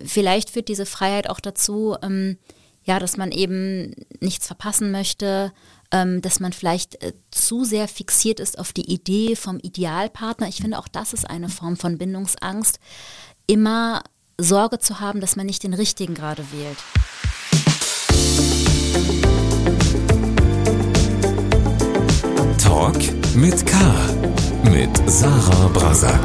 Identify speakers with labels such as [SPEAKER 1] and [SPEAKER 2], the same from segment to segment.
[SPEAKER 1] vielleicht führt diese Freiheit auch dazu, dass man eben nichts verpassen möchte, dass man vielleicht zu sehr fixiert ist auf die Idee vom Idealpartner. Ich finde, auch das ist eine Form von Bindungsangst, immer Sorge zu haben, dass man nicht den Richtigen gerade wählt.
[SPEAKER 2] Talk mit K. mit Sarah Brasak.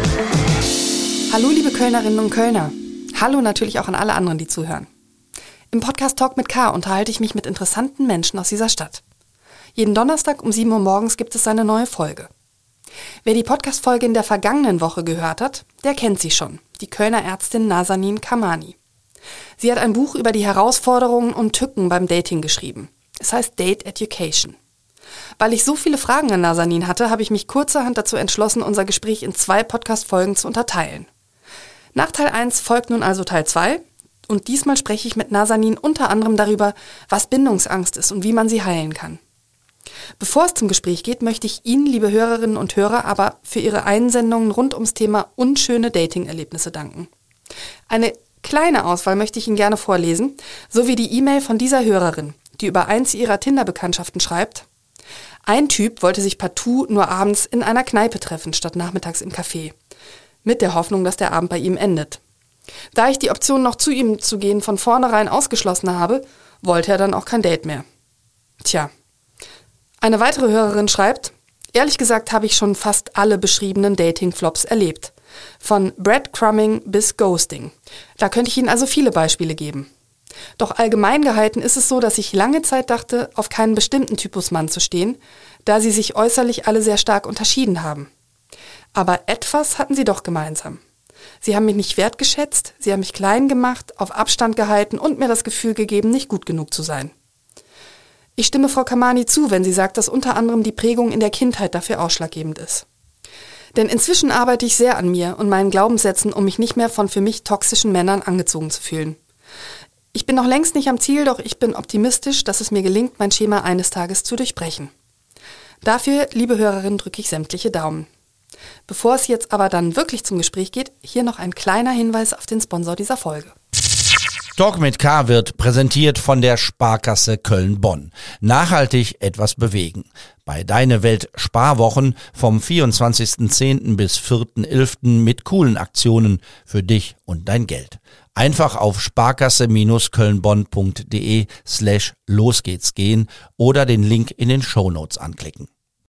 [SPEAKER 3] Hallo liebe Kölnerinnen und Kölner. Hallo natürlich auch an alle anderen, die zuhören. Im Podcast Talk mit K unterhalte ich mich mit interessanten Menschen aus dieser Stadt. Jeden Donnerstag um 7 Uhr morgens gibt es eine neue Folge. Wer die Podcast-Folge in der vergangenen Woche gehört hat, der kennt sie schon, die Kölner Ärztin Nazanin Kamani. Sie hat ein Buch über die Herausforderungen und Tücken beim Dating geschrieben. Es heißt Date Education. Weil ich so viele Fragen an Nazanin hatte, habe ich mich kurzerhand dazu entschlossen, unser Gespräch in 2 Podcast-Folgen zu unterteilen. Nach Teil 1 folgt nun also Teil 2 und diesmal spreche ich mit Nazanin unter anderem darüber, was Bindungsangst ist und wie man sie heilen kann. Bevor es zum Gespräch geht, möchte ich Ihnen, liebe Hörerinnen und Hörer, aber für Ihre Einsendungen rund ums Thema unschöne Dating-Erlebnisse danken. Eine kleine Auswahl möchte ich Ihnen gerne vorlesen, sowie die E-Mail von dieser Hörerin, die über eins ihrer Tinder-Bekanntschaften schreibt: Ein Typ wollte sich partout nur abends in einer Kneipe treffen, statt nachmittags im Café. Mit der Hoffnung, dass der Abend bei ihm endet. Da ich die Option, noch zu ihm zu gehen, von vornherein ausgeschlossen habe, wollte er dann auch kein Date mehr. Tja. Eine weitere Hörerin schreibt: Ehrlich gesagt habe ich schon fast alle beschriebenen Dating-Flops erlebt. Von Breadcrumbing bis Ghosting. Da könnte ich Ihnen also viele Beispiele geben. Doch allgemein gehalten ist es so, dass ich lange Zeit dachte, auf keinen bestimmten Typus Mann zu stehen, da sie sich äußerlich alle sehr stark unterschieden haben. Aber etwas hatten sie doch gemeinsam. Sie haben mich nicht wertgeschätzt, sie haben mich klein gemacht, auf Abstand gehalten und mir das Gefühl gegeben, nicht gut genug zu sein. Ich stimme Frau Kamani zu, wenn sie sagt, dass unter anderem die Prägung in der Kindheit dafür ausschlaggebend ist. Denn inzwischen arbeite ich sehr an mir und meinen Glaubenssätzen, um mich nicht mehr von für mich toxischen Männern angezogen zu fühlen. Ich bin noch längst nicht am Ziel, doch ich bin optimistisch, dass es mir gelingt, mein Schema eines Tages zu durchbrechen. Dafür, liebe Hörerinnen, drücke ich sämtliche Daumen. Bevor es jetzt aber dann wirklich zum Gespräch geht, hier noch ein kleiner Hinweis auf den Sponsor dieser Folge.
[SPEAKER 4] Talk mit K wird präsentiert von der Sparkasse Köln-Bonn. Nachhaltig etwas bewegen. Bei Deine Welt Sparwochen vom 24.10. bis 4.11. mit coolen Aktionen für dich und dein Geld. Einfach auf sparkasse-kölnbonn.de/los geht's gehen oder den Link in den Shownotes anklicken.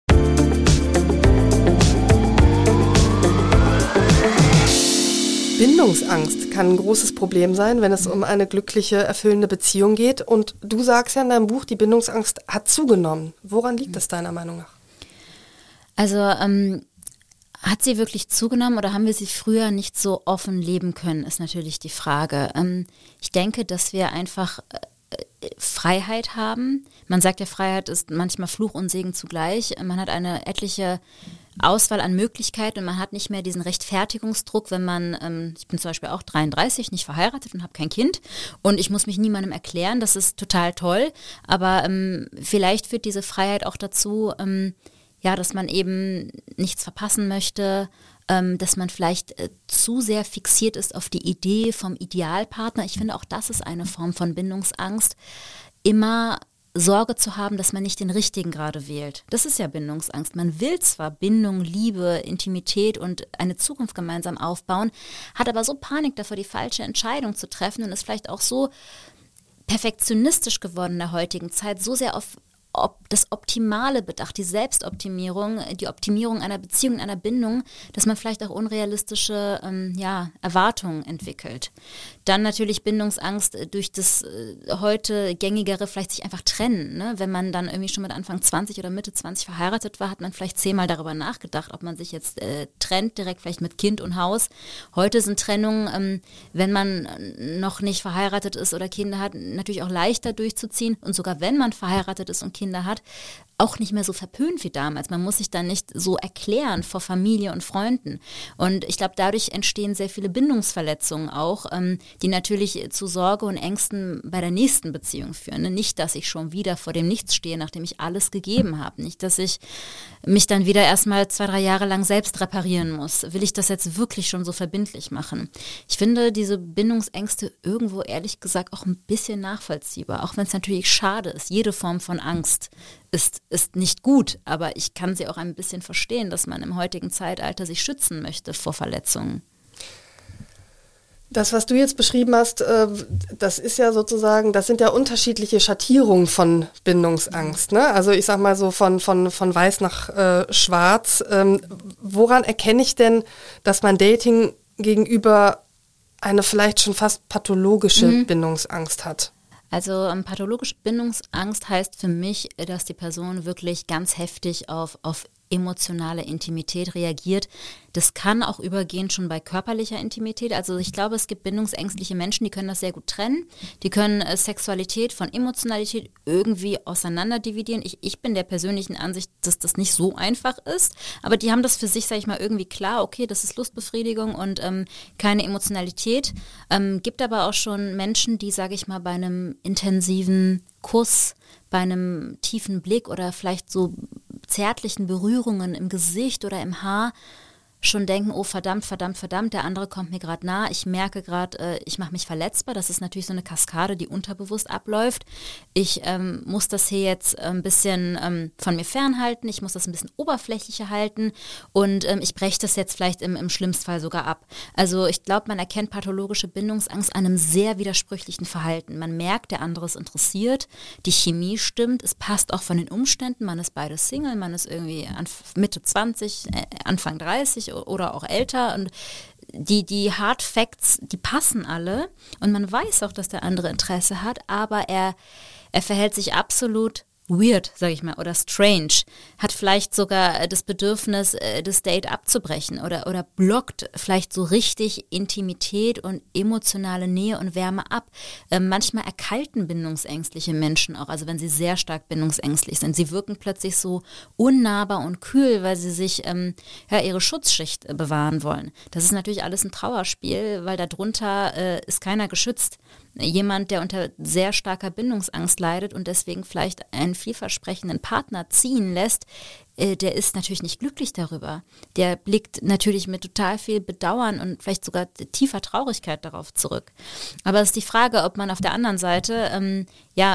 [SPEAKER 3] Bindungsangst kann ein großes Problem sein, wenn es um eine glückliche, erfüllende Beziehung geht. Und du sagst ja in deinem Buch, die Bindungsangst hat zugenommen. Woran liegt das deiner Meinung nach?
[SPEAKER 1] Also hat sie wirklich zugenommen oder haben wir sie früher nicht so offen leben können, ist natürlich die Frage. Ich denke, dass wir einfach Freiheit haben. Man sagt ja, Freiheit ist manchmal Fluch und Segen zugleich. Man hat eine etliche Auswahl an Möglichkeiten und man hat nicht mehr diesen Rechtfertigungsdruck, wenn man, ich bin zum Beispiel auch 33, nicht verheiratet und habe kein Kind und ich muss mich niemandem erklären, das ist total toll, aber vielleicht führt diese Freiheit auch dazu, dass man eben nichts verpassen möchte, dass man vielleicht zu sehr fixiert ist auf die Idee vom Idealpartner. Ich finde, auch das ist eine Form von Bindungsangst, immer Sorge zu haben, dass man nicht den Richtigen gerade wählt. Das ist ja Bindungsangst. Man will zwar Bindung, Liebe, Intimität und eine Zukunft gemeinsam aufbauen, hat aber so Panik davor, die falsche Entscheidung zu treffen und ist vielleicht auch so perfektionistisch geworden in der heutigen Zeit, so sehr auf das Optimale bedacht, die Selbstoptimierung, die Optimierung einer Beziehung, einer Bindung, dass man vielleicht auch unrealistische Erwartungen entwickelt. Dann natürlich Bindungsangst durch das heute gängigere vielleicht sich einfach trennen. Ne? Wenn man dann irgendwie schon mit Anfang 20 oder Mitte 20 verheiratet war, hat man vielleicht 10-mal darüber nachgedacht, ob man sich jetzt trennt, direkt vielleicht mit Kind und Haus. Heute sind Trennungen, wenn man noch nicht verheiratet ist oder Kinder hat, natürlich auch leichter durchzuziehen. Und sogar wenn man verheiratet ist und Kinder hat, auch nicht mehr so verpönt wie damals. Man muss sich dann nicht so erklären vor Familie und Freunden. Und ich glaube, dadurch entstehen sehr viele Bindungsverletzungen auch, die natürlich zu Sorge und Ängsten bei der nächsten Beziehung führen. Ne? Nicht, dass ich schon wieder vor dem Nichts stehe, nachdem ich alles gegeben habe. Nicht, dass ich mich dann wieder erstmal 2-3 Jahre lang selbst reparieren muss. Will ich das jetzt wirklich schon so verbindlich machen? Ich finde diese Bindungsängste irgendwo ehrlich gesagt auch ein bisschen nachvollziehbar, auch wenn es natürlich schade ist. Jede Form von Angst ist nicht gut, aber ich kann sie auch ein bisschen verstehen, dass man im heutigen Zeitalter sich schützen möchte vor Verletzungen.
[SPEAKER 3] Das, was du jetzt beschrieben hast, das ist ja sozusagen, das sind ja unterschiedliche Schattierungen von Bindungsangst, ne? Also ich sag mal so von weiß nach schwarz. Woran erkenne ich denn, dass mein Dating gegenüber eine vielleicht schon fast pathologische Bindungsangst hat?
[SPEAKER 1] Also pathologische Bindungsangst heißt für mich, dass die Person wirklich ganz heftig auf emotionale Intimität reagiert. Das kann auch übergehen schon bei körperlicher Intimität. Also ich glaube, es gibt bindungsängstliche Menschen, die können das sehr gut trennen. Die können Sexualität von Emotionalität irgendwie auseinander dividieren. Ich bin der persönlichen Ansicht, dass das nicht so einfach ist. Aber die haben das für sich, sage ich mal, irgendwie klar. Okay, das ist Lustbefriedigung und keine Emotionalität. Gibt aber auch schon Menschen, die, sage ich mal, bei einem intensiven Kuss, bei einem tiefen Blick oder vielleicht so zärtlichen Berührungen im Gesicht oder im Haar schon denken, oh verdammt, der andere kommt mir gerade nah, ich merke gerade, ich mache mich verletzbar. Das ist natürlich so eine Kaskade, die unterbewusst abläuft. Ich muss das hier jetzt ein bisschen von mir fernhalten, ich muss das ein bisschen oberflächlicher halten und ich breche das jetzt vielleicht im schlimmsten Fall sogar ab. Also ich glaube, man erkennt pathologische Bindungsangst an einem sehr widersprüchlichen Verhalten. Man merkt, der andere ist interessiert, die Chemie stimmt, es passt auch von den Umständen, man ist beide Single, man ist irgendwie Mitte 20, Anfang 30 oder auch älter und die Hard Facts, die passen alle und man weiß auch, dass der andere Interesse hat, aber er verhält sich absolut weird, sage ich mal, oder strange, hat vielleicht sogar das Bedürfnis, das Date abzubrechen oder blockt vielleicht so richtig Intimität und emotionale Nähe und Wärme ab. Manchmal erkalten bindungsängstliche Menschen auch, also wenn sie sehr stark bindungsängstlich sind. Sie wirken plötzlich so unnahbar und kühl, weil sie sich ihre Schutzschicht bewahren wollen. Das ist natürlich alles ein Trauerspiel, weil darunter ist keiner geschützt. Jemand, der unter sehr starker Bindungsangst leidet und deswegen vielleicht einen vielversprechenden Partner ziehen lässt, der ist natürlich nicht glücklich darüber. Der blickt natürlich mit total viel Bedauern und vielleicht sogar tiefer Traurigkeit darauf zurück. Aber es ist die Frage, ob man auf der anderen Seite,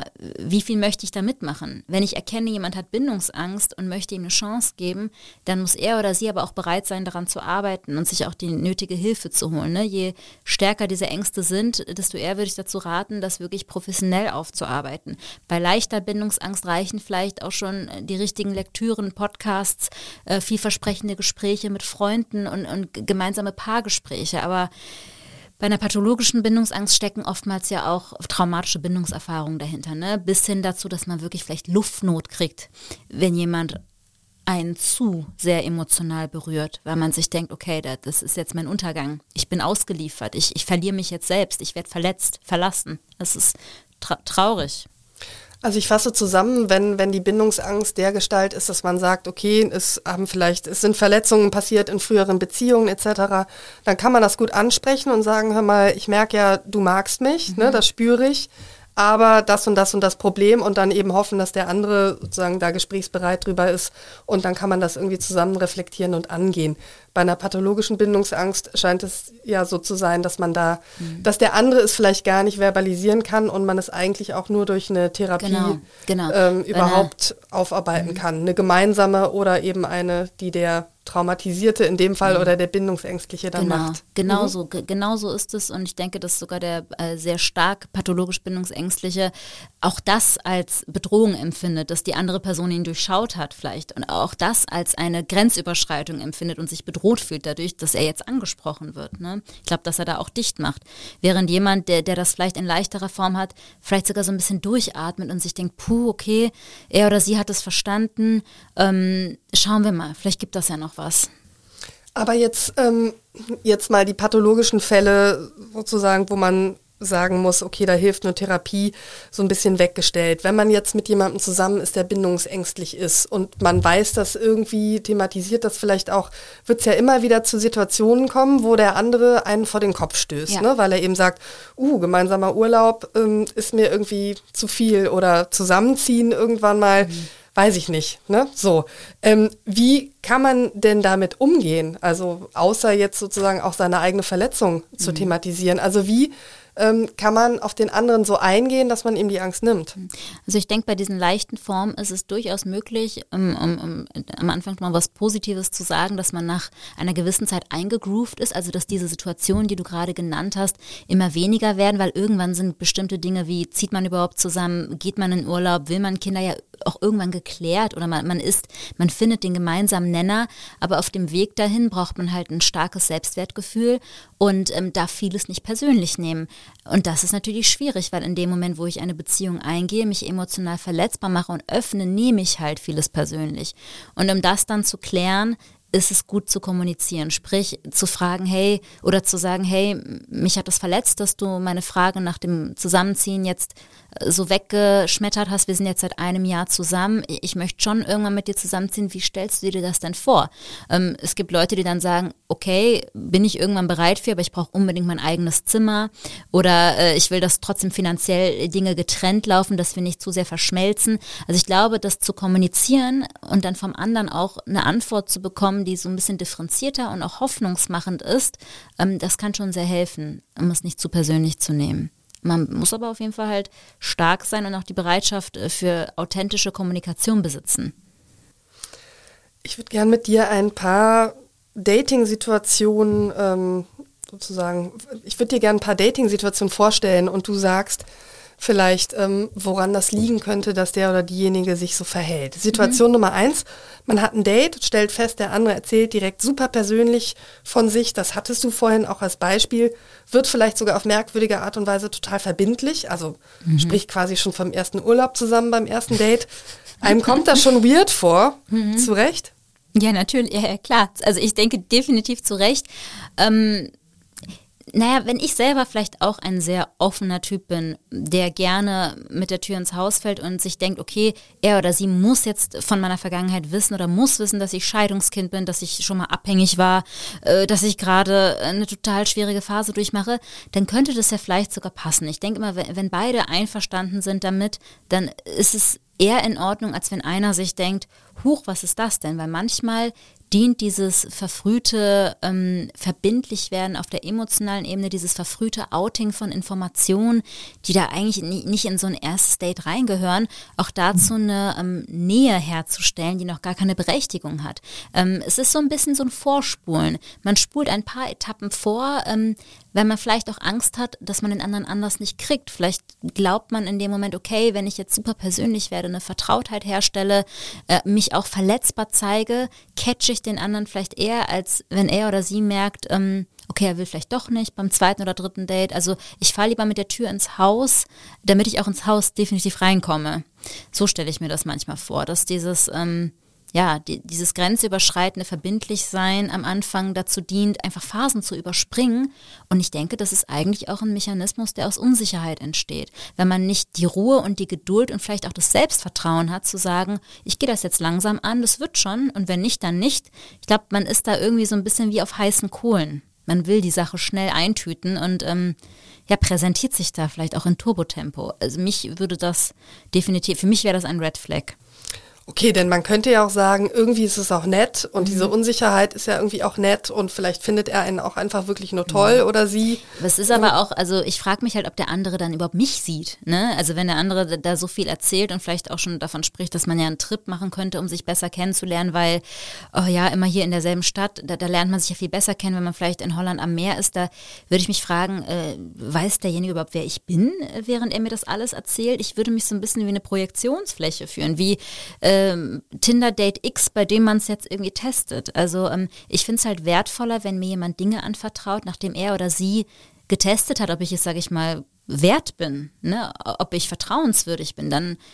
[SPEAKER 1] wie viel möchte ich da mitmachen? Wenn ich erkenne, jemand hat Bindungsangst und möchte ihm eine Chance geben, dann muss er oder sie aber auch bereit sein, daran zu arbeiten und sich auch die nötige Hilfe zu holen. Ne? Je stärker diese Ängste sind, desto eher würde ich dazu raten, das wirklich professionell aufzuarbeiten. Bei leichter Bindungsangst reichen vielleicht auch schon die richtigen Lektüren, Podcasts, vielversprechende Gespräche mit Freunden und gemeinsame Paargespräche. Aber bei einer pathologischen Bindungsangst stecken oftmals ja auch traumatische Bindungserfahrungen dahinter, ne? Bis hin dazu, dass man wirklich vielleicht Luftnot kriegt, wenn jemand einen zu sehr emotional berührt, weil man sich denkt, okay, das ist jetzt mein Untergang. Ich bin ausgeliefert, ich verliere mich jetzt selbst, ich werde verletzt, verlassen. Das ist traurig.
[SPEAKER 3] Also ich fasse zusammen, wenn die Bindungsangst dergestalt ist, dass man sagt, okay, es sind Verletzungen passiert in früheren Beziehungen etc., dann kann man das gut ansprechen und sagen, hör mal, ich merke ja, du magst mich, ne, das spüre ich, aber das und das und das Problem und dann eben hoffen, dass der andere sozusagen da gesprächsbereit drüber ist und dann kann man das irgendwie zusammen reflektieren und angehen. Bei einer pathologischen Bindungsangst scheint es ja so zu sein, dass man dass der andere es vielleicht gar nicht verbalisieren kann und man es eigentlich auch nur durch eine Therapie überhaupt aufarbeiten kann. Eine gemeinsame oder eben eine, die der Traumatisierte in dem Fall oder der Bindungsängstliche dann macht.
[SPEAKER 1] Genau so ist es und ich denke, dass sogar der sehr stark pathologisch Bindungsängstliche auch das als Bedrohung empfindet, dass die andere Person ihn durchschaut hat vielleicht und auch das als eine Grenzüberschreitung empfindet und sich bedroht fühlt dadurch, dass er jetzt angesprochen wird. Ne? Ich glaube, dass er da auch dicht macht. Während jemand, der das vielleicht in leichterer Form hat, vielleicht sogar so ein bisschen durchatmet und sich denkt, okay, er oder sie hat es verstanden, schauen wir mal, vielleicht gibt das ja noch was.
[SPEAKER 3] Aber jetzt mal die pathologischen Fälle sozusagen, wo man sagen muss, okay, da hilft eine Therapie, so ein bisschen weggestellt. Wenn man jetzt mit jemandem zusammen ist, der bindungsängstlich ist und man weiß, dass irgendwie thematisiert das vielleicht auch, wird es ja immer wieder zu Situationen kommen, wo der andere einen vor den Kopf stößt, ne? Weil er eben sagt, gemeinsamer Urlaub ist mir irgendwie zu viel oder zusammenziehen irgendwann mal, weiß ich nicht, ne? So. Wie kann man denn damit umgehen? Also außer jetzt sozusagen auch seine eigene Verletzung zu thematisieren. Also wie kann man auf den anderen so eingehen, dass man ihm die Angst nimmt?
[SPEAKER 1] Also ich denke, bei diesen leichten Formen ist es durchaus möglich, am Anfang mal was Positives zu sagen, dass man nach einer gewissen Zeit eingegroovt ist, also dass diese Situationen, die du gerade genannt hast, immer weniger werden, weil irgendwann sind bestimmte Dinge wie, zieht man überhaupt zusammen, geht man in Urlaub, will man Kinder, ja auch irgendwann geklärt oder man findet den gemeinsamen Nenner, aber auf dem Weg dahin braucht man halt ein starkes Selbstwertgefühl und darf vieles nicht persönlich nehmen. Und das ist natürlich schwierig, weil in dem Moment, wo ich eine Beziehung eingehe, mich emotional verletzbar mache und öffne, nehme ich halt vieles persönlich. Und um das dann zu klären, ist es gut zu kommunizieren, sprich zu fragen, hey, oder zu sagen, hey, mich hat das verletzt, dass du meine Frage nach dem Zusammenziehen jetzt so weggeschmettert hast, wir sind jetzt seit einem Jahr zusammen, ich möchte schon irgendwann mit dir zusammenziehen, wie stellst du dir das denn vor? Es gibt Leute, die dann sagen, okay, bin ich irgendwann bereit für, aber ich brauche unbedingt mein eigenes Zimmer oder ich will, dass trotzdem finanziell Dinge getrennt laufen, dass wir nicht zu sehr verschmelzen. Also ich glaube, das zu kommunizieren und dann vom anderen auch eine Antwort zu bekommen, die so ein bisschen differenzierter und auch hoffnungsmachend ist, das kann schon sehr helfen, um es nicht zu persönlich zu nehmen. Man muss aber auf jeden Fall halt stark sein und auch die Bereitschaft für authentische Kommunikation besitzen.
[SPEAKER 3] Ich würde gerne mit dir ein paar Dating-Situationen ich würde dir gerne ein paar Dating-Situationen vorstellen und du sagst vielleicht, woran das liegen könnte, dass der oder diejenige sich so verhält. Situation Nummer 1, man hat ein Date, stellt fest, der andere erzählt direkt super persönlich von sich, das hattest du vorhin auch als Beispiel, wird vielleicht sogar auf merkwürdige Art und Weise total verbindlich, also sprich quasi schon vom ersten Urlaub zusammen beim ersten Date. Einem kommt das schon weird vor, zu Recht?
[SPEAKER 1] Ja, natürlich, ja, klar. Also ich denke definitiv zu Recht. Wenn ich selber vielleicht auch ein sehr offener Typ bin, der gerne mit der Tür ins Haus fällt und sich denkt, okay, er oder sie muss jetzt von meiner Vergangenheit wissen oder muss wissen, dass ich Scheidungskind bin, dass ich schon mal abhängig war, dass ich gerade eine total schwierige Phase durchmache, dann könnte das ja vielleicht sogar passen. Ich denke immer, wenn beide einverstanden sind damit, dann ist es eher in Ordnung, als wenn einer sich denkt, huch, was ist das denn? Weil manchmal dient dieses verfrühte Verbindlichwerden auf der emotionalen Ebene, dieses verfrühte Outing von Informationen, die da eigentlich nicht in so ein erstes Date reingehören, auch dazu eine Nähe herzustellen, die noch gar keine Berechtigung hat. Es ist so ein bisschen so ein Vorspulen. Man spult ein paar Etappen vor, weil man vielleicht auch Angst hat, dass man den anderen anders nicht kriegt. Vielleicht glaubt man in dem Moment, okay, wenn ich jetzt super persönlich werde, eine Vertrautheit herstelle, mich auch verletzbar zeige, catche ich den anderen vielleicht eher, als wenn er oder sie merkt, okay, er will vielleicht doch nicht beim zweiten oder dritten Date. Also ich fahre lieber mit der Tür ins Haus, damit ich auch ins Haus definitiv reinkomme. So stelle ich mir das manchmal vor, dass dieses dieses grenzüberschreitende Verbindlichsein am Anfang dazu dient, einfach Phasen zu überspringen. Und ich denke, das ist eigentlich auch ein Mechanismus, der aus Unsicherheit entsteht. Wenn man nicht die Ruhe und die Geduld und vielleicht auch das Selbstvertrauen hat, zu sagen, ich gehe das jetzt langsam an, das wird schon. Und wenn nicht, dann nicht. Ich glaube, man ist da irgendwie so ein bisschen wie auf heißen Kohlen. Man will die Sache schnell eintüten und präsentiert sich da vielleicht auch in Turbotempo. Also für mich wäre das ein Red Flag.
[SPEAKER 3] Okay, denn man könnte ja auch sagen, irgendwie ist es auch nett und diese Unsicherheit ist ja irgendwie auch nett und vielleicht findet er einen auch einfach wirklich nur toll oder sie.
[SPEAKER 1] Es ist aber auch, also ich frage mich halt, ob der andere dann überhaupt mich sieht, ne? Also wenn der andere da so viel erzählt und vielleicht auch schon davon spricht, dass man ja einen Trip machen könnte, um sich besser kennenzulernen, weil, immer hier in derselben Stadt, da lernt man sich ja viel besser kennen, wenn man vielleicht in Holland am Meer ist, da würde ich mich fragen, weiß derjenige überhaupt, wer ich bin, während er mir das alles erzählt? Ich würde mich so ein bisschen wie eine Projektionsfläche führen, wie Tinder-Date X, bei dem man es jetzt irgendwie testet. Also ich finde es halt wertvoller, wenn mir jemand Dinge anvertraut, nachdem er oder sie getestet hat, ob ich es, sage ich mal, wert bin, ne? Ob ich vertrauenswürdig bin. Dann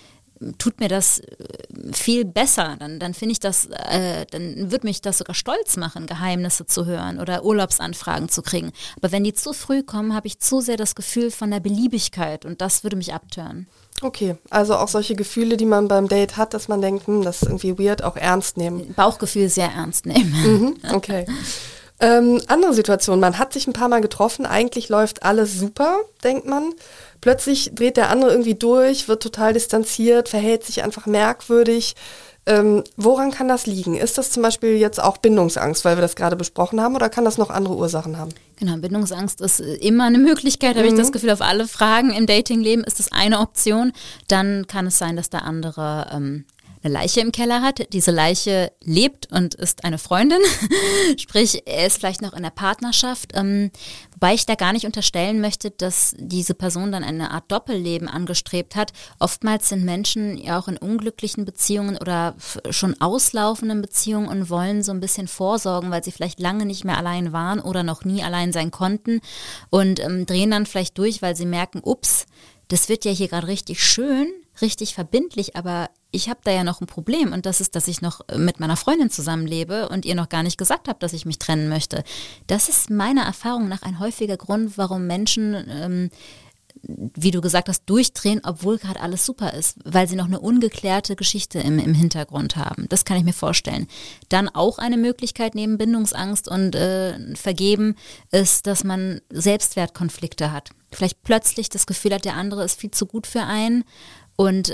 [SPEAKER 1] tut mir das viel besser. Dann finde ich das, dann wird mich das sogar stolz machen, Geheimnisse zu hören oder Urlaubsanfragen zu kriegen. Aber wenn die zu früh kommen, habe ich zu sehr das Gefühl von der Beliebigkeit und das würde mich abtören.
[SPEAKER 3] Okay, also auch solche Gefühle, die man beim Date hat, dass man denkt, das ist irgendwie weird, auch ernst nehmen.
[SPEAKER 1] Bauchgefühl sehr ernst nehmen.
[SPEAKER 3] Okay. Andere Situation, man hat sich ein paar Mal getroffen, eigentlich läuft alles super, denkt man. Plötzlich dreht der andere irgendwie durch, wird total distanziert, verhält sich einfach merkwürdig. Woran kann das liegen? Ist das zum Beispiel jetzt auch Bindungsangst, weil wir das gerade besprochen haben, oder kann das noch andere Ursachen haben?
[SPEAKER 1] Genau, Bindungsangst ist immer eine Möglichkeit, habe ich das Gefühl, auf alle Fragen im Datingleben ist das eine Option. Dann kann es sein, dass der andere eine Leiche im Keller hat. Diese Leiche lebt und ist eine Freundin. Sprich, er ist vielleicht noch in der Partnerschaft. Wobei ich da gar nicht unterstellen möchte, dass diese Person dann eine Art Doppelleben angestrebt hat. Oftmals sind Menschen ja auch in unglücklichen Beziehungen oder schon auslaufenden Beziehungen und wollen so ein bisschen vorsorgen, weil sie vielleicht lange nicht mehr allein waren oder noch nie allein sein konnten und drehen dann vielleicht durch, weil sie merken, ups, das wird ja hier gerade richtig schön, richtig verbindlich, aber ich habe da ja noch ein Problem und das ist, dass ich noch mit meiner Freundin zusammenlebe und ihr noch gar nicht gesagt habe, dass ich mich trennen möchte. Das ist meiner Erfahrung nach ein häufiger Grund, warum Menschen, wie du gesagt hast, durchdrehen, obwohl gerade alles super ist, weil sie noch eine ungeklärte Geschichte im Hintergrund haben. Das kann ich mir vorstellen. Dann auch eine Möglichkeit neben Bindungsangst und Vergeben ist, dass man Selbstwertkonflikte hat. Vielleicht plötzlich das Gefühl hat, der andere ist viel zu gut für einen und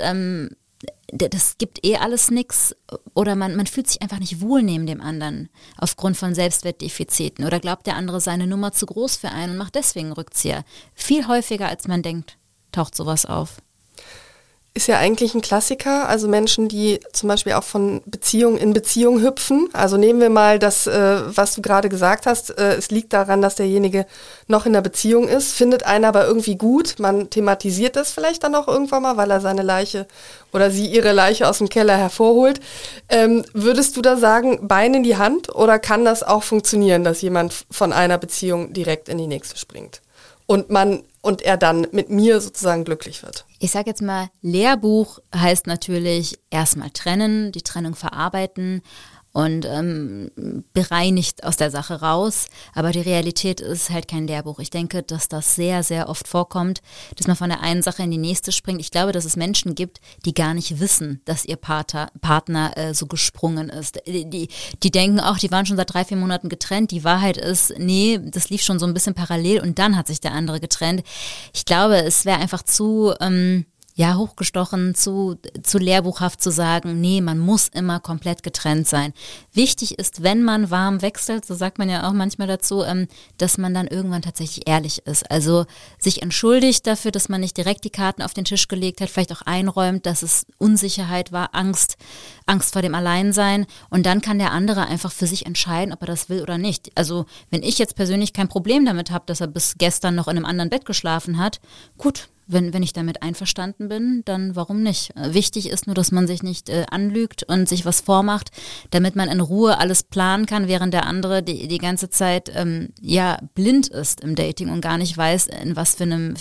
[SPEAKER 1] das gibt alles nix oder man fühlt sich einfach nicht wohl neben dem anderen aufgrund von Selbstwertdefiziten oder glaubt, der andere sei eine Nummer zu groß für einen und macht deswegen Rückzieher. Viel häufiger, als man denkt, taucht sowas auf.
[SPEAKER 3] Ist ja eigentlich ein Klassiker, also Menschen, die zum Beispiel auch von Beziehung in Beziehung hüpfen. Also nehmen wir mal das, was du gerade gesagt hast, es liegt daran, dass derjenige noch in der Beziehung ist, findet einen aber irgendwie gut, man thematisiert das vielleicht dann auch irgendwann mal, weil er seine Leiche oder sie ihre Leiche aus dem Keller hervorholt. Würdest du da sagen, Bein in die Hand oder kann das auch funktionieren, dass jemand von einer Beziehung direkt in die nächste springt? Und er dann mit mir sozusagen glücklich wird.
[SPEAKER 1] Ich sage jetzt mal, Lehrbuch heißt natürlich erstmal trennen, die Trennung verarbeiten und bereinigt aus der Sache raus. Aber die Realität ist halt kein Lehrbuch. Ich denke, dass das sehr, sehr oft vorkommt, dass man von der einen Sache in die nächste springt. Ich glaube, dass es Menschen gibt, die gar nicht wissen, dass ihr Partner so gesprungen ist. Die denken auch, die waren schon seit 3-4 Monaten getrennt. Die Wahrheit ist, nee, das lief schon so ein bisschen parallel und dann hat sich der andere getrennt. Ich glaube, es wäre einfach zu hochgestochen, zu lehrbuchhaft zu sagen, nee, man muss immer komplett getrennt sein. Wichtig ist, wenn man warm wechselt, so sagt man ja auch manchmal dazu, dass man dann irgendwann tatsächlich ehrlich ist. Also sich entschuldigt dafür, dass man nicht direkt die Karten auf den Tisch gelegt hat, vielleicht auch einräumt, dass es Unsicherheit war, Angst vor dem Alleinsein und dann kann der andere einfach für sich entscheiden, ob er das will oder nicht. Also wenn ich jetzt persönlich kein Problem damit habe, dass er bis gestern noch in einem anderen Bett geschlafen hat, gut, wenn ich damit einverstanden bin, dann warum nicht? Wichtig ist nur, dass man sich nicht anlügt und sich was vormacht, damit man in Ruhe alles planen kann, während der andere die ganze Zeit blind ist im Dating und gar nicht weiß, in was für einem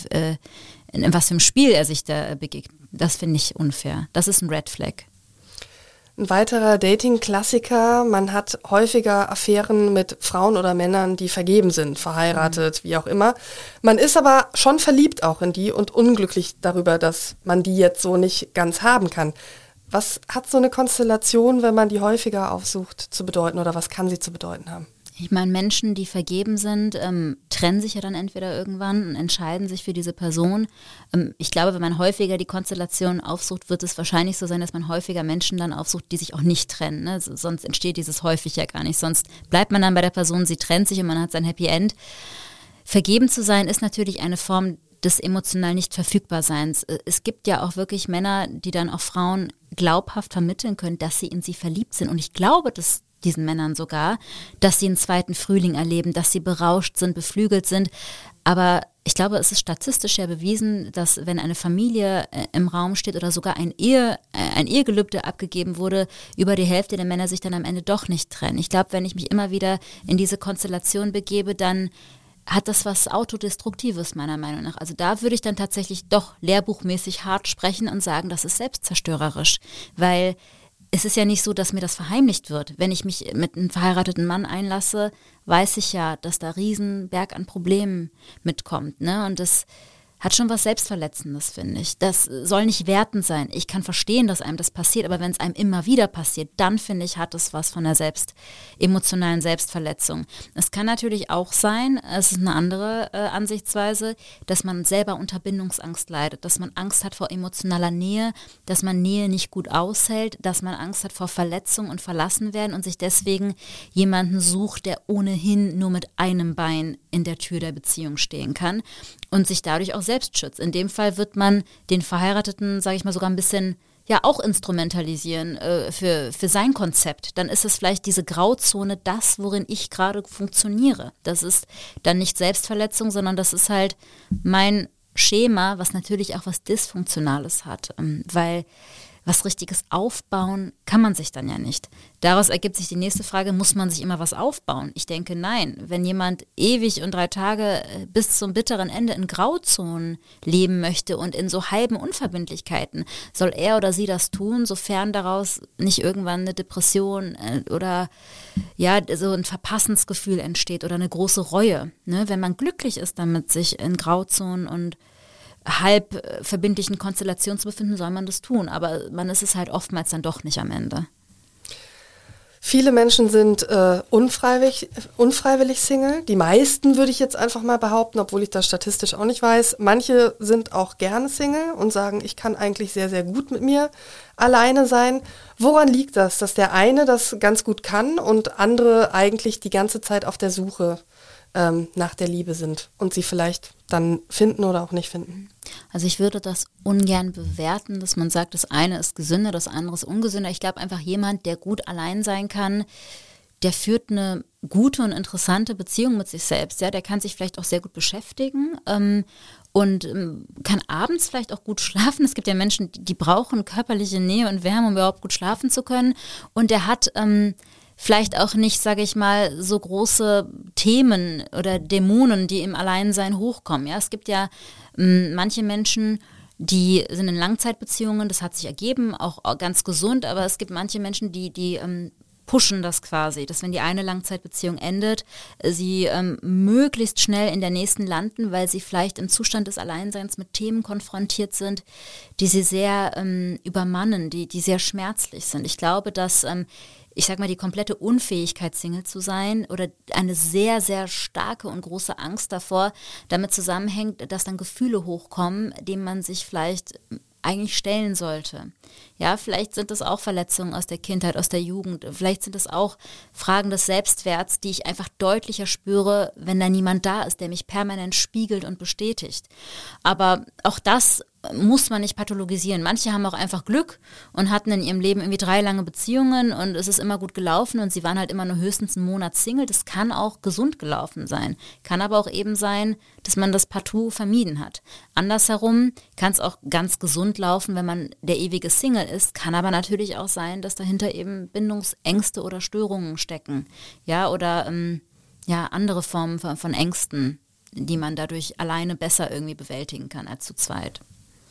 [SPEAKER 1] Spiel er sich da begegnet. Das finde ich unfair. Das ist ein Red Flag.
[SPEAKER 3] Ein weiterer Dating-Klassiker, man hat häufiger Affären mit Frauen oder Männern, die vergeben sind, verheiratet, wie auch immer. Man ist aber schon verliebt auch in die und unglücklich darüber, dass man die jetzt so nicht ganz haben kann. Was hat so eine Konstellation, wenn man die häufiger aufsucht, zu bedeuten oder was kann sie zu bedeuten haben?
[SPEAKER 1] Ich meine, Menschen, die vergeben sind, trennen sich ja dann entweder irgendwann und entscheiden sich für diese Person. Ich glaube, wenn man häufiger die Konstellation aufsucht, wird es wahrscheinlich so sein, dass man häufiger Menschen dann aufsucht, die sich auch nicht trennen. Ne? Sonst entsteht dieses häufig ja gar nicht. Sonst bleibt man dann bei der Person, sie trennt sich und man hat sein Happy End. Vergeben zu sein ist natürlich eine Form des emotional nicht Verfügbarseins. Es gibt ja auch wirklich Männer, die dann auch Frauen glaubhaft vermitteln können, dass sie in sie verliebt sind. Und ich glaube, dass diesen Männern sogar, dass sie einen zweiten Frühling erleben, dass sie berauscht sind, beflügelt sind. Aber ich glaube, es ist statistisch ja bewiesen, dass wenn eine Familie im Raum steht oder sogar ein Ehegelübde abgegeben wurde, über die Hälfte der Männer sich dann am Ende doch nicht trennen. Ich glaube, wenn ich mich immer wieder in diese Konstellation begebe, dann hat das was Autodestruktives meiner Meinung nach. Also da würde ich dann tatsächlich doch lehrbuchmäßig hart sprechen und sagen, das ist selbstzerstörerisch, weil es ist ja nicht so, dass mir das verheimlicht wird. Wenn ich mich mit einem verheirateten Mann einlasse, weiß ich ja, dass da Riesenberg an Problemen mitkommt, ne? Und das hat schon was Selbstverletzendes, finde ich. Das soll nicht wertend sein. Ich kann verstehen, dass einem das passiert, aber wenn es einem immer wieder passiert, dann, finde ich, hat es was von der emotionalen Selbstverletzung. Es kann natürlich auch sein, es ist eine andere Ansichtsweise, dass man selber unter Bindungsangst leidet, dass man Angst hat vor emotionaler Nähe, dass man Nähe nicht gut aushält, dass man Angst hat vor Verletzung und Verlassenwerden und sich deswegen jemanden sucht, der ohnehin nur mit einem Bein in der Tür der Beziehung stehen kann und sich dadurch auch selbst schützt. In dem Fall wird man den Verheirateten, sage ich mal, sogar ein bisschen auch instrumentalisieren für sein Konzept. Dann ist es vielleicht diese Grauzone, das, worin ich gerade funktioniere. Das ist dann nicht Selbstverletzung, sondern das ist halt mein Schema, was natürlich auch was Dysfunktionales hat, weil was Richtiges aufbauen kann man sich dann ja nicht. Daraus ergibt sich die nächste Frage, muss man sich immer was aufbauen? Ich denke, nein. Wenn jemand ewig und 3 Tage bis zum bitteren Ende in Grauzonen leben möchte und in so halben Unverbindlichkeiten, soll er oder sie das tun, sofern daraus nicht irgendwann eine Depression oder so ein Verpassensgefühl entsteht oder eine große Reue. Ne? Wenn man glücklich ist damit, sich in Grauzonen und halb verbindlichen Konstellationen zu befinden, soll man das tun. Aber man ist es halt oftmals dann doch nicht am Ende.
[SPEAKER 3] Viele Menschen sind unfreiwillig Single. Die meisten würde ich jetzt einfach mal behaupten, obwohl ich das statistisch auch nicht weiß. Manche sind auch gerne Single und sagen, ich kann eigentlich sehr, sehr gut mit mir alleine sein. Woran liegt das, dass der eine das ganz gut kann und andere eigentlich die ganze Zeit auf der Suche nach der Liebe sind und sie vielleicht dann finden oder auch nicht finden?
[SPEAKER 1] Also ich würde das ungern bewerten, dass man sagt, das eine ist gesünder, das andere ist ungesünder. Ich glaube einfach, jemand, der gut allein sein kann, der führt eine gute und interessante Beziehung mit sich selbst. Ja, der kann sich vielleicht auch sehr gut beschäftigen und kann abends vielleicht auch gut schlafen. Es gibt ja Menschen, die brauchen körperliche Nähe und Wärme, um überhaupt gut schlafen zu können. Und der hat vielleicht auch nicht, sage ich mal, so große Themen oder Dämonen, die im Alleinsein hochkommen. Ja, es gibt ja manche Menschen, die sind in Langzeitbeziehungen, das hat sich ergeben, auch ganz gesund, aber es gibt manche Menschen, die pushen das quasi, dass wenn die eine Langzeitbeziehung endet, sie möglichst schnell in der nächsten landen, weil sie vielleicht im Zustand des Alleinseins mit Themen konfrontiert sind, die sie sehr übermannen, die sehr schmerzlich sind. Ich glaube, dass ich sag mal, die komplette Unfähigkeit, Single zu sein oder eine sehr, sehr starke und große Angst davor damit zusammenhängt, dass dann Gefühle hochkommen, denen man sich vielleicht eigentlich stellen sollte. Ja, vielleicht sind das auch Verletzungen aus der Kindheit, aus der Jugend. Vielleicht sind es auch Fragen des Selbstwerts, die ich einfach deutlicher spüre, wenn da niemand da ist, der mich permanent spiegelt und bestätigt. Aber auch das muss man nicht pathologisieren. Manche haben auch einfach Glück und hatten in ihrem Leben irgendwie 3 lange Beziehungen und es ist immer gut gelaufen und sie waren halt immer nur höchstens einen Monat Single. Das kann auch gesund gelaufen sein. Kann aber auch eben sein, dass man das partout vermieden hat. Andersherum kann es auch ganz gesund laufen, wenn man der ewige Single ist. Kann aber natürlich auch sein, dass dahinter eben Bindungsängste oder Störungen stecken. Ja, oder andere Formen von Ängsten, die man dadurch alleine besser irgendwie bewältigen kann als zu zweit.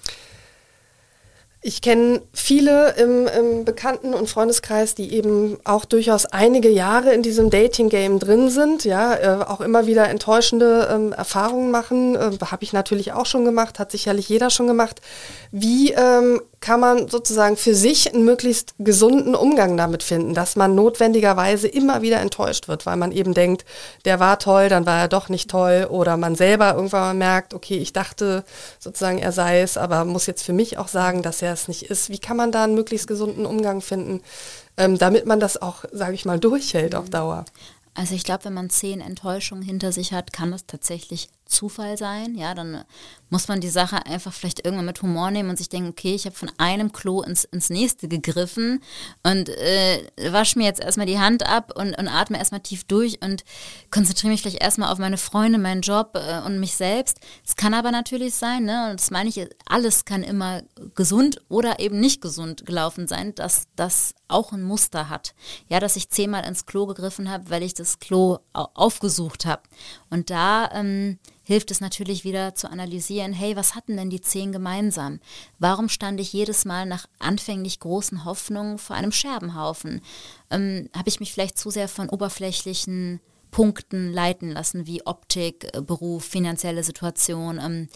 [SPEAKER 3] Ich kenne viele im Bekannten- und Freundeskreis, die eben auch durchaus einige Jahre in diesem Dating-Game drin sind, ja, auch immer wieder enttäuschende Erfahrungen machen. Habe ich natürlich auch schon gemacht, hat sicherlich jeder schon gemacht. Wie kann man sozusagen für sich einen möglichst gesunden Umgang damit finden, dass man notwendigerweise immer wieder enttäuscht wird, weil man eben denkt, der war toll, dann war er doch nicht toll, oder man selber irgendwann mal merkt, okay, ich dachte sozusagen, er sei es, aber muss jetzt für mich auch sagen, dass er es nicht ist. Wie kann man da einen möglichst gesunden Umgang finden, damit man das auch, sage ich mal, durchhält auf Dauer?
[SPEAKER 1] Also ich glaube, wenn man 10 Enttäuschungen hinter sich hat, kann das tatsächlich Zufall sein, ja, dann muss man die Sache einfach vielleicht irgendwann mit Humor nehmen und sich denken, okay, ich habe von einem Klo ins nächste gegriffen und wasche mir jetzt erstmal die Hand ab und atme erstmal tief durch und konzentriere mich vielleicht erstmal auf meine Freunde, meinen Job und mich selbst. Es kann aber natürlich sein, ne, und das meine ich, alles kann immer gesund oder eben nicht gesund gelaufen sein, dass das auch ein Muster hat. Ja, dass ich 10-mal ins Klo gegriffen habe, weil ich das Klo aufgesucht habe. Und da hilft es natürlich wieder zu analysieren, hey, was hatten denn die 10 gemeinsam? Warum stand ich jedes Mal nach anfänglich großen Hoffnungen vor einem Scherbenhaufen? Habe ich mich vielleicht zu sehr von oberflächlichen Punkten leiten lassen, wie Optik, Beruf, finanzielle Situation?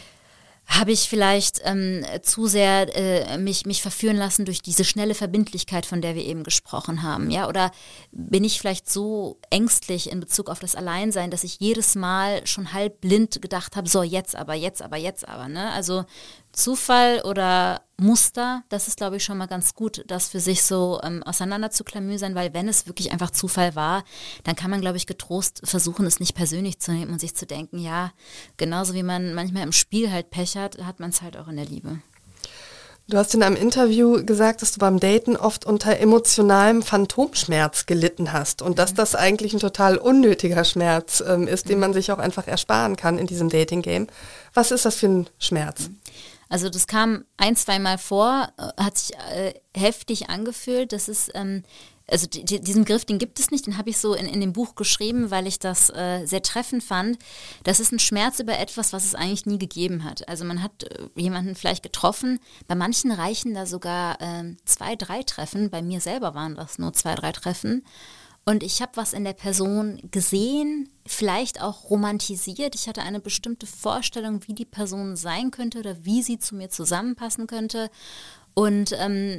[SPEAKER 1] Habe ich vielleicht zu sehr mich verführen lassen durch diese schnelle Verbindlichkeit, von der wir eben gesprochen haben, ja? Oder bin ich vielleicht so ängstlich in Bezug auf das Alleinsein, dass ich jedes Mal schon halb blind gedacht habe, so jetzt aber, ne? Also Zufall oder Muster, das ist, glaube ich, schon mal ganz gut, das für sich so auseinander zu klamüsern, weil wenn es wirklich einfach Zufall war, dann kann man, glaube ich, getrost versuchen, es nicht persönlich zu nehmen und sich zu denken, ja, genauso wie man manchmal im Spiel halt Pech hat man es halt auch in der Liebe.
[SPEAKER 3] Du hast in einem Interview gesagt, dass du beim Daten oft unter emotionalem Phantomschmerz gelitten hast und dass das eigentlich ein total unnötiger Schmerz ist, den man sich auch einfach ersparen kann in diesem Dating-Game. Was ist das für ein Schmerz?
[SPEAKER 1] Also das kam 1-2 Mal vor, hat sich heftig angefühlt. Das ist, also diesen Begriff, den gibt es nicht, den habe ich so in dem Buch geschrieben, weil ich das sehr treffend fand. Das ist ein Schmerz über etwas, was es eigentlich nie gegeben hat. Also man hat jemanden vielleicht getroffen, bei manchen reichen da sogar 2-3 Treffen, bei mir selber waren das nur 2-3 Treffen. Und ich habe was in der Person gesehen, vielleicht auch romantisiert. Ich hatte eine bestimmte Vorstellung, wie die Person sein könnte oder wie sie zu mir zusammenpassen könnte. Und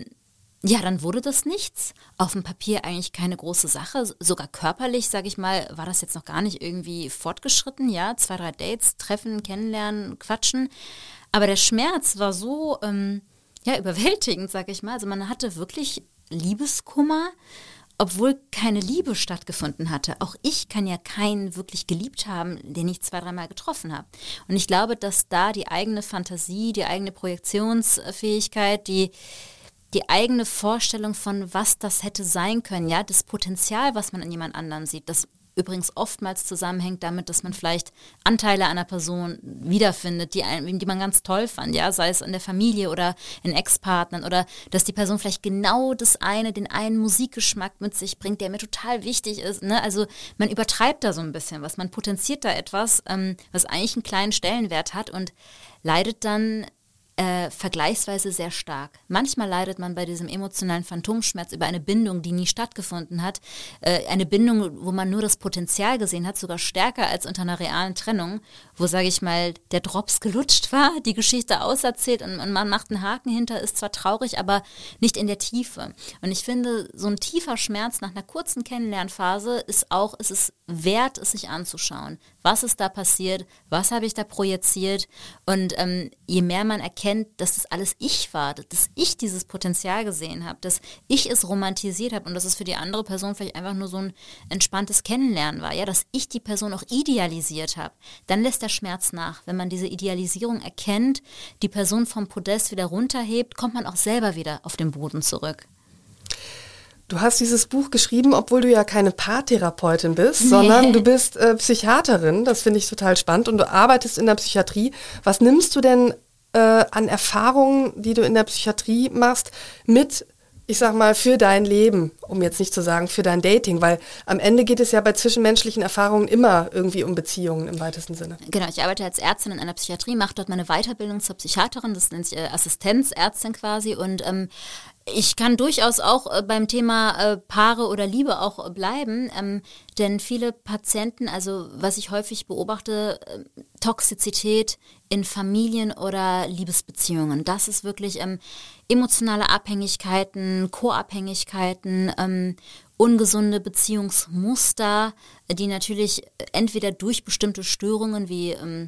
[SPEAKER 1] ja, dann wurde das nichts. Auf dem Papier eigentlich keine große Sache. Sogar körperlich, sage ich mal, war das jetzt noch gar nicht irgendwie fortgeschritten. Ja, 2-3 Dates, treffen, kennenlernen, quatschen. Aber der Schmerz war so überwältigend, sage ich mal. Also man hatte wirklich Liebeskummer, obwohl keine Liebe stattgefunden hatte. Auch ich kann ja keinen wirklich geliebt haben, den ich 2-3 Mal getroffen habe. Und ich glaube, dass da die eigene Fantasie, die eigene Projektionsfähigkeit, die eigene Vorstellung von, was das hätte sein können, ja, das Potenzial, was man in jemand anderem sieht, das übrigens oftmals zusammenhängt damit, dass man vielleicht Anteile einer Person wiederfindet, die man ganz toll fand, ja, sei es in der Familie oder in Ex-Partnern oder dass die Person vielleicht genau den einen Musikgeschmack mit sich bringt, der mir total wichtig ist, ne? Also man übertreibt da so ein bisschen was, man potenziert da etwas, was eigentlich einen kleinen Stellenwert hat und leidet dann vergleichsweise sehr stark. Manchmal leidet man bei diesem emotionalen Phantomschmerz über eine Bindung, die nie stattgefunden hat. Eine Bindung, wo man nur das Potenzial gesehen hat, sogar stärker als unter einer realen Trennung, wo, sage ich mal, der Drops gelutscht war, die Geschichte auserzählt und man macht einen Haken hinter, ist zwar traurig, aber nicht in der Tiefe. Und ich finde, so ein tiefer Schmerz nach einer kurzen Kennenlernphase ist es wert, es sich anzuschauen. Was ist da passiert? Was habe ich da projiziert? Und je mehr man erkennt, dass das alles ich war, dass ich dieses Potenzial gesehen habe, dass ich es romantisiert habe und dass es für die andere Person vielleicht einfach nur so ein entspanntes Kennenlernen war, ja, dass ich die Person auch idealisiert habe, dann lässt der Schmerz nach. Wenn man diese Idealisierung erkennt, die Person vom Podest wieder runterhebt, kommt man auch selber wieder auf den Boden zurück.
[SPEAKER 3] Du hast dieses Buch geschrieben, obwohl du ja keine Paartherapeutin bist, sondern du bist Psychiaterin. Das finde ich total spannend und du arbeitest in der Psychiatrie. Was nimmst du denn an Erfahrungen, die du in der Psychiatrie machst, mit, ich sag mal, für dein Leben, um jetzt nicht zu sagen für dein Dating, weil am Ende geht es ja bei zwischenmenschlichen Erfahrungen immer irgendwie um Beziehungen im weitesten Sinne.
[SPEAKER 1] Genau, ich arbeite als Ärztin in einer Psychiatrie, mache dort meine Weiterbildung zur Psychiaterin, das nennt sich Assistenzärztin quasi und ich kann durchaus auch beim Thema Paare oder Liebe auch bleiben, denn viele Patienten, also was ich häufig beobachte, Toxizität in Familien oder Liebesbeziehungen, das ist wirklich emotionale Abhängigkeiten, Co-Abhängigkeiten, ungesunde Beziehungsmuster, die natürlich entweder durch bestimmte Störungen wie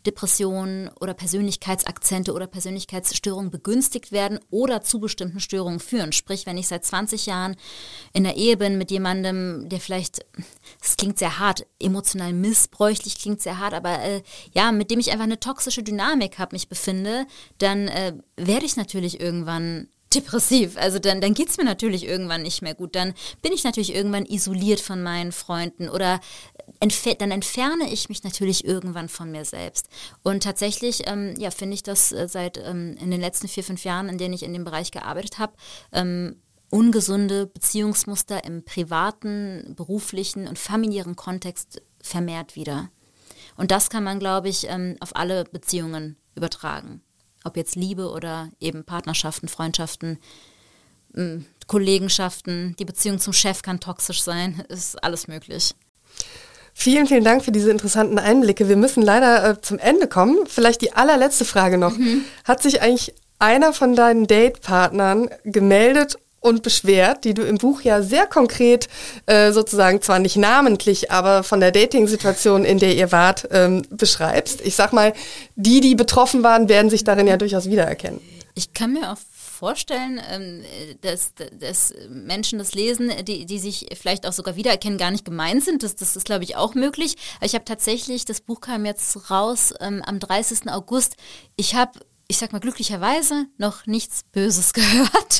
[SPEAKER 1] Depressionen oder Persönlichkeitsakzente oder Persönlichkeitsstörungen begünstigt werden oder zu bestimmten Störungen führen. Sprich, wenn ich seit 20 Jahren in der Ehe bin mit jemandem, der vielleicht, das klingt sehr hart, emotional missbräuchlich klingt sehr hart, aber mit dem ich einfach eine toxische Dynamik habe, mich befinde, dann werde ich natürlich irgendwann depressiv. Also dann geht es mir natürlich irgendwann nicht mehr gut. Dann bin ich natürlich irgendwann isoliert von meinen Freunden oder dann entferne ich mich natürlich irgendwann von mir selbst. Und tatsächlich finde ich das seit in den letzten 4-5 Jahren, in denen ich in dem Bereich gearbeitet habe, ungesunde Beziehungsmuster im privaten, beruflichen und familiären Kontext vermehrt wieder. Und das kann man, glaube ich, auf alle Beziehungen übertragen. Ob jetzt Liebe oder eben Partnerschaften, Freundschaften, Kollegenschaften, die Beziehung zum Chef kann toxisch sein, ist alles möglich.
[SPEAKER 3] Vielen, vielen Dank für diese interessanten Einblicke. Wir müssen leider zum Ende kommen. Vielleicht die allerletzte Frage noch. Hat sich eigentlich einer von deinen Datepartnern gemeldet und beschwert, die du im Buch ja sehr konkret sozusagen, zwar nicht namentlich, aber von der Dating-Situation, in der ihr wart, beschreibst? Ich sag mal, die betroffen waren, werden sich darin ja durchaus wiedererkennen.
[SPEAKER 1] Ich kann mir auch vorstellen, dass Menschen das lesen, die sich vielleicht auch sogar wiedererkennen, gar nicht gemeint sind. Das ist, glaube ich, auch möglich. Aber ich habe tatsächlich, das Buch kam jetzt raus am 30. August. Ich habe, ich sag mal glücklicherweise, noch nichts Böses gehört.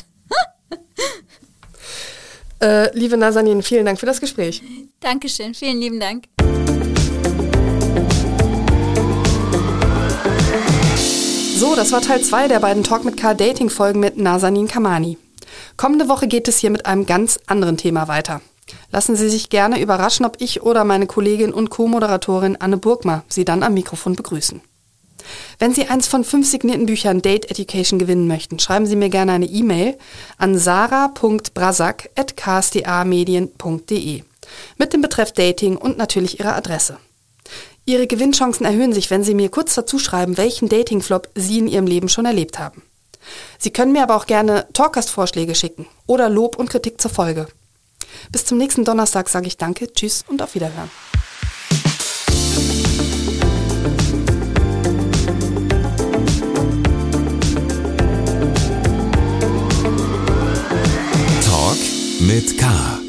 [SPEAKER 3] Liebe Nazanin, vielen Dank für das Gespräch.
[SPEAKER 1] Dankeschön, vielen lieben Dank.
[SPEAKER 3] So, das war Teil 2 der beiden Talk mit K Dating-Folgen mit Nazanin Kamani. Kommende Woche geht es hier mit einem ganz anderen Thema weiter. Lassen Sie sich gerne überraschen, ob ich oder meine Kollegin und Co-Moderatorin Anne Burgma Sie dann am Mikrofon begrüßen. Wenn Sie eins von 5 signierten Büchern Date Education gewinnen möchten, schreiben Sie mir gerne eine E-Mail an sarah.brasak@ksda-medien.de mit dem Betreff Dating und natürlich Ihrer Adresse. Ihre Gewinnchancen erhöhen sich, wenn Sie mir kurz dazu schreiben, welchen Dating-Flop Sie in Ihrem Leben schon erlebt haben. Sie können mir aber auch gerne Talkgast-Vorschläge schicken oder Lob und Kritik zur Folge. Bis zum nächsten Donnerstag sage ich Danke, Tschüss und auf Wiederhören.
[SPEAKER 2] Talk mit K.